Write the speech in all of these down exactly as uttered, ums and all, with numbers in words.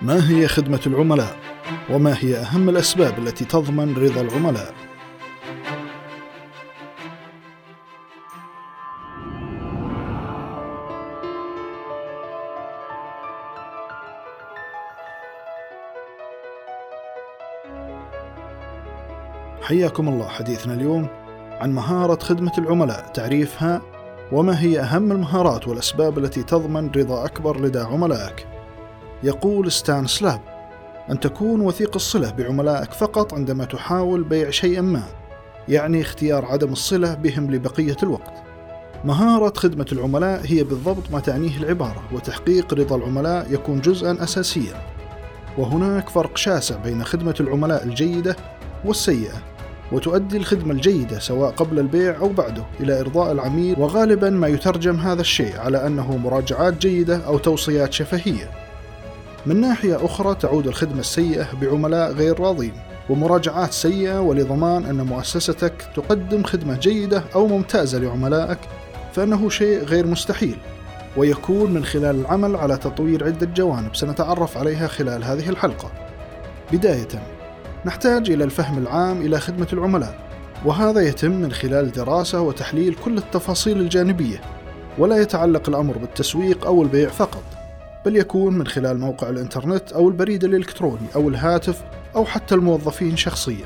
ما هي خدمة العملاء؟ وما هي أهم الأسباب التي تضمن رضا العملاء؟ حياكم الله. حديثنا اليوم عن مهارة خدمة العملاء، تعريفها وما هي أهم المهارات والأسباب التي تضمن رضا أكبر لدى عملائك. يقول ستان سلاب: أن تكون وثيق الصلة بعملائك فقط عندما تحاول بيع شيئا ما، يعني اختيار عدم الصلة بهم لبقية الوقت. مهارة خدمة العملاء هي بالضبط ما تعنيه العبارة، وتحقيق رضا العملاء يكون جزءا أساسيا. وهناك فرق شاسع بين خدمة العملاء الجيدة والسيئة، وتؤدي الخدمة الجيدة سواء قبل البيع أو بعده إلى إرضاء العميل، وغالبا ما يترجم هذا الشيء على أنه مراجعات جيدة أو توصيات شفهية. من ناحية أخرى تعود الخدمة السيئة بعملاء غير راضين ومراجعات سيئة، ولضمان أن مؤسستك تقدم خدمة جيدة أو ممتازة لعملائك فإنه شيء غير مستحيل، ويكون من خلال العمل على تطوير عدة جوانب سنتعرف عليها خلال هذه الحلقة. بداية نحتاج إلى الفهم العام إلى خدمة العملاء، وهذا يتم من خلال دراسة وتحليل كل التفاصيل الجانبية، ولا يتعلق الأمر بالتسويق أو البيع فقط، بل يكون من خلال موقع الإنترنت أو البريد الإلكتروني أو الهاتف أو حتى الموظفين شخصيا.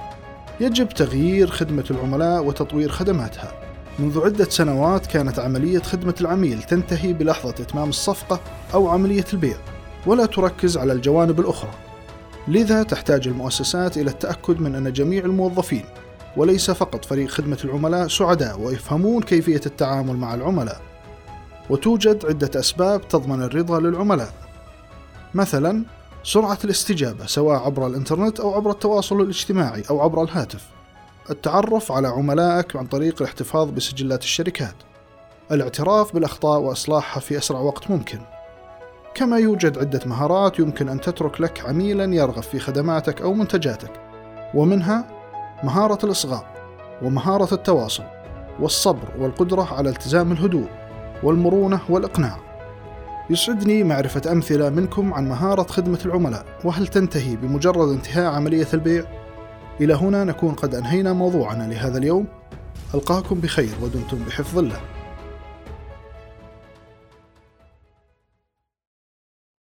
يجب تغيير خدمة العملاء وتطوير خدماتها. منذ عدة سنوات كانت عملية خدمة العميل تنتهي بلحظة إتمام الصفقة أو عملية البيع، ولا تركز على الجوانب الأخرى. لذا تحتاج المؤسسات إلى التأكد من أن جميع الموظفين وليس فقط فريق خدمة العملاء سعداء ويفهمون كيفية التعامل مع العملاء. وتوجد عدة أسباب تضمن الرضا للعملاء، مثلا سرعة الاستجابة سواء عبر الإنترنت أو عبر التواصل الاجتماعي أو عبر الهاتف، التعرف على عملائك عن طريق الاحتفاظ بسجلات الشركات، الاعتراف بالأخطاء وإصلاحها في أسرع وقت ممكن. كما يوجد عدة مهارات يمكن أن تترك لك عميلا يرغب في خدماتك أو منتجاتك، ومنها مهارة الإصغاء، ومهارة التواصل، والصبر، والقدرة على التزام الهدوء، والمرونة والإقناع. يسعدني معرفة أمثلة منكم عن مهارة خدمة العملاء، وهل تنتهي بمجرد انتهاء عملية البيع؟ إلى هنا نكون قد أنهينا موضوعنا لهذا اليوم. ألقاكم بخير ودمتم بحفظ الله.